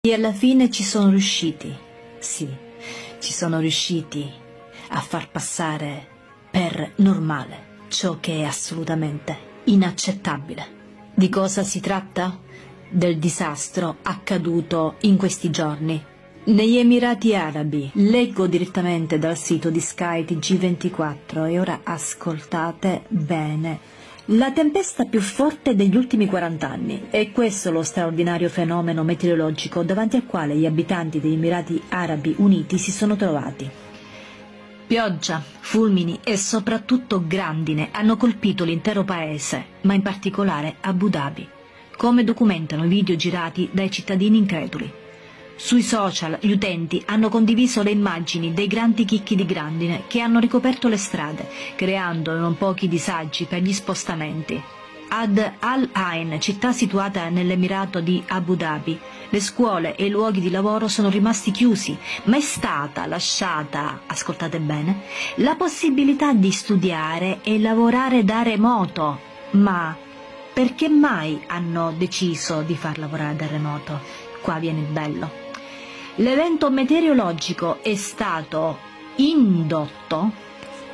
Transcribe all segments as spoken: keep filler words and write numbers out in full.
E alla fine ci sono riusciti, sì, ci sono riusciti a far passare per normale ciò che è assolutamente inaccettabile. Di cosa si tratta? Del disastro accaduto in questi giorni negli Emirati Arabi. Leggo direttamente dal sito di Sky T G ventiquattro e ora ascoltate bene. La tempesta più forte degli ultimi quaranta anni. È questo lo straordinario fenomeno meteorologico davanti al quale gli abitanti degli Emirati Arabi Uniti si sono trovati. Pioggia, fulmini e soprattutto grandine hanno colpito l'intero paese, ma in particolare Abu Dhabi, come documentano i video girati dai cittadini increduli. Sui social gli utenti hanno condiviso le immagini dei grandi chicchi di grandine che hanno ricoperto le strade, creando non pochi disagi per gli spostamenti. Ad Al Ain, città situata nell'Emirato di Abu Dhabi, le scuole e i luoghi di lavoro sono rimasti chiusi, ma è stata lasciata, ascoltate bene, la possibilità di studiare e lavorare da remoto. Ma perché mai hanno deciso di far lavorare da remoto? Qua viene il bello. L'evento meteorologico è stato indotto.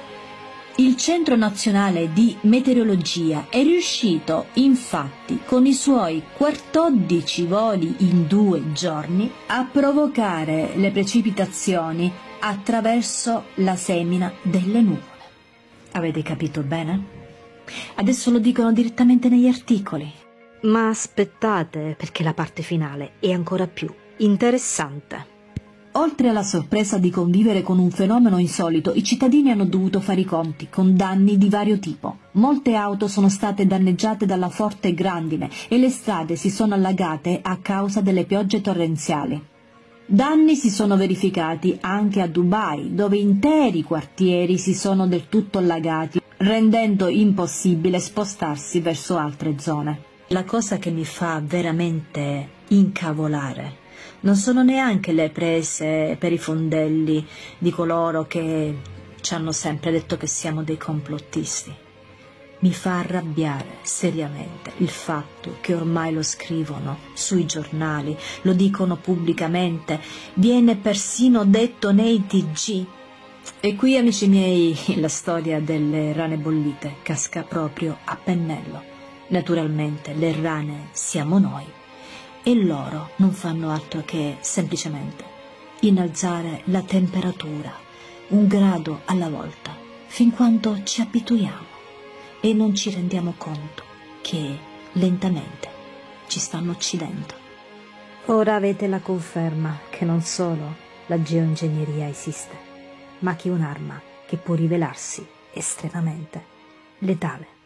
Il Centro Nazionale di Meteorologia è riuscito, infatti, con i suoi quattordici voli in due giorni, a provocare le precipitazioni attraverso la semina delle nuvole. Avete capito bene? Adesso lo dicono direttamente negli articoli. Ma aspettate, perché la parte finale è ancora più interessante. Oltre alla sorpresa di convivere con un fenomeno insolito, i cittadini hanno dovuto fare i conti con danni di vario tipo. Molte auto sono state danneggiate dalla forte grandine e le strade si sono allagate a causa delle piogge torrenziali. Danni si sono verificati anche a Dubai, dove interi quartieri si sono del tutto allagati, rendendo impossibile spostarsi verso altre zone. La cosa che mi fa veramente incavolare non sono neanche le prese per i fondelli di coloro che ci hanno sempre detto che siamo dei complottisti. Mi fa arrabbiare seriamente il fatto che ormai lo scrivono sui giornali, lo dicono pubblicamente, viene persino detto nei T G. E qui, amici miei, la storia delle rane bollite casca proprio a pennello. Naturalmente le rane siamo noi e loro non fanno altro che semplicemente innalzare la temperatura un grado alla volta fin quando ci abituiamo e non ci rendiamo conto che lentamente ci stanno uccidendo. Ora avete la conferma che non solo la geoingegneria esiste, ma che è un'arma che può rivelarsi estremamente letale.